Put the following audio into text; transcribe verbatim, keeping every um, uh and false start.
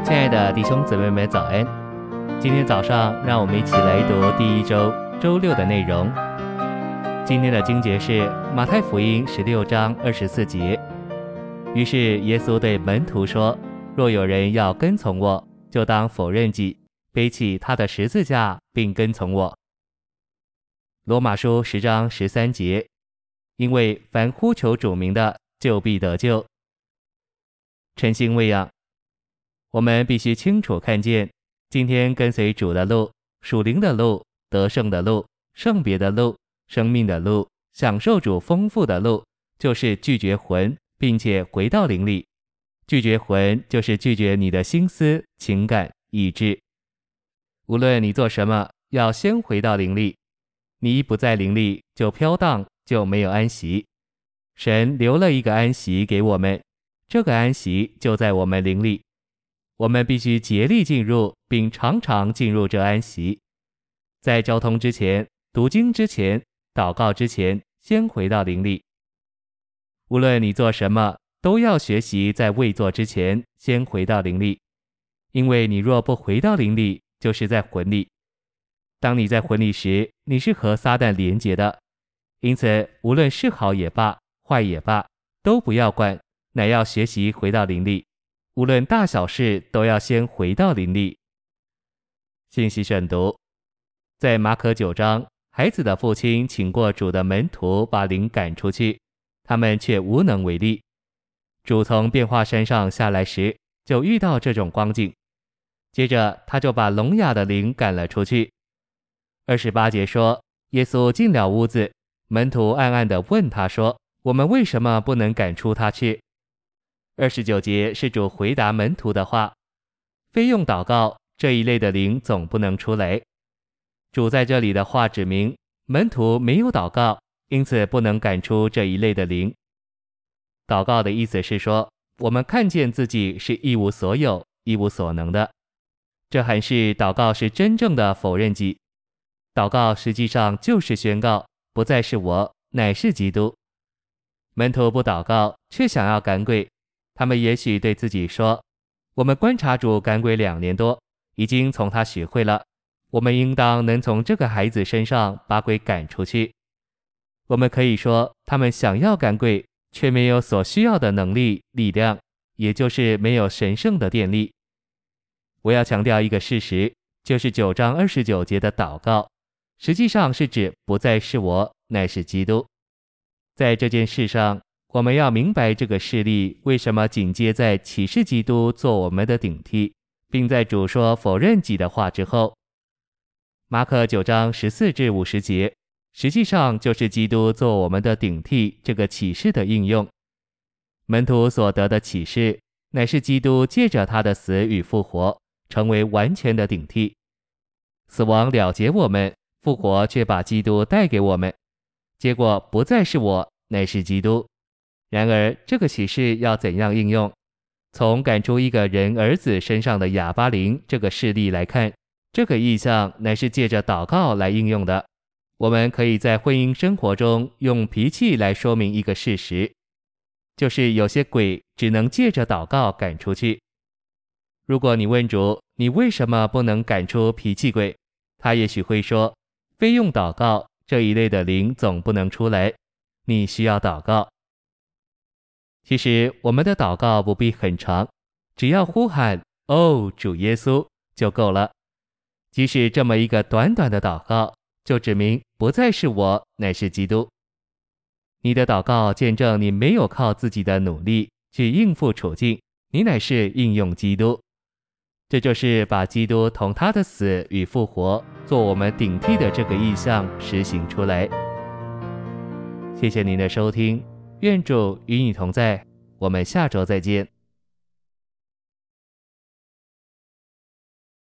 亲爱的弟兄姊妹们早安，今天早上让我们一起来读第一周周六的内容。今天的经节是马太福音十六章二十四节。于是耶稣对门徒说，若有人要跟从我，就当否认己，背起他的十字架，并跟从我。罗马书十章十三节，因为凡呼求主名的，就必得救。晨星喂养，我们必须清楚看见，今天跟随主的路，属灵的路，得胜的路，圣别的路，生命的路，享受主丰富的路，就是拒绝魂，并且回到灵里。拒绝魂就是拒绝你的心思、情感、意志。无论你做什么，要先回到灵里。你一不在灵里，就飘荡，就没有安息。神留了一个安息给我们，这个安息就在我们灵里。我们必须竭力进入，并常常进入这安息。在交通之前，读经之前，祷告之前，先回到灵里。无论你做什么，都要学习在未做之前，先回到灵里。因为你若不回到灵里，就是在魂里。当你在魂里时，你是和撒旦连结的。因此，无论是好也罢，坏也罢，都不要管，乃要学习回到灵里。无论大小事，都要先回到灵里。信息选读，在马可九章，孩子的父亲请过主的门徒把灵赶出去，他们却无能为力。主从变化山上下来时，就遇到这种光景。接着他就把聋哑的灵赶了出去。二十八节说，耶稣进了屋子，门徒暗暗地问他说，我们为什么不能赶出他去？二十九节是主回答门徒的话，非用祷告，这一类的灵总不能出来。主在这里的话指明，门徒没有祷告，因此不能赶出这一类的灵。祷告的意思是说，我们看见自己是一无所有、一无所能的。这还是祷告是真正的否认己。祷告实际上就是宣告，不再是我，乃是基督。门徒不祷告，却想要赶鬼。他们也许对自己说，我们观察主赶鬼两年多，已经从他学会了，我们应当能从这个孩子身上把鬼赶出去。我们可以说，他们想要赶鬼，却没有所需要的能力、力量，也就是没有神圣的电力。我要强调一个事实，就是九章二十九节的祷告，实际上是指不再是我，乃是基督。在这件事上，我们要明白这个事例为什么紧接在启示基督做我们的顶替，并在主说否认己的话之后。马可九章十四至五十节，实际上就是基督做我们的顶替这个启示的应用。门徒所得的启示，乃是基督借着他的死与复活，成为完全的顶替。死亡了结我们，复活却把基督带给我们。结果不再是我，乃是基督。然而这个启示要怎样应用？从赶出一个人儿子身上的哑巴灵这个事例来看，这个意象乃是借着祷告来应用的。我们可以在婚姻生活中用脾气来说明一个事实，就是有些鬼只能借着祷告赶出去。如果你问主，你为什么不能赶出脾气鬼？他也许会说，非用祷告，这一类的灵总不能出来，你需要祷告。其实我们的祷告不必很长，只要呼喊哦，主耶稣就够了。即使这么一个短短的祷告，就指明不再是我，乃是基督。你的祷告见证你没有靠自己的努力去应付处境，你乃是应用基督。这就是把基督同他的死与复活做我们顶替的这个意象实行出来。谢谢您的收听，愿主与你同在，我们下周再见。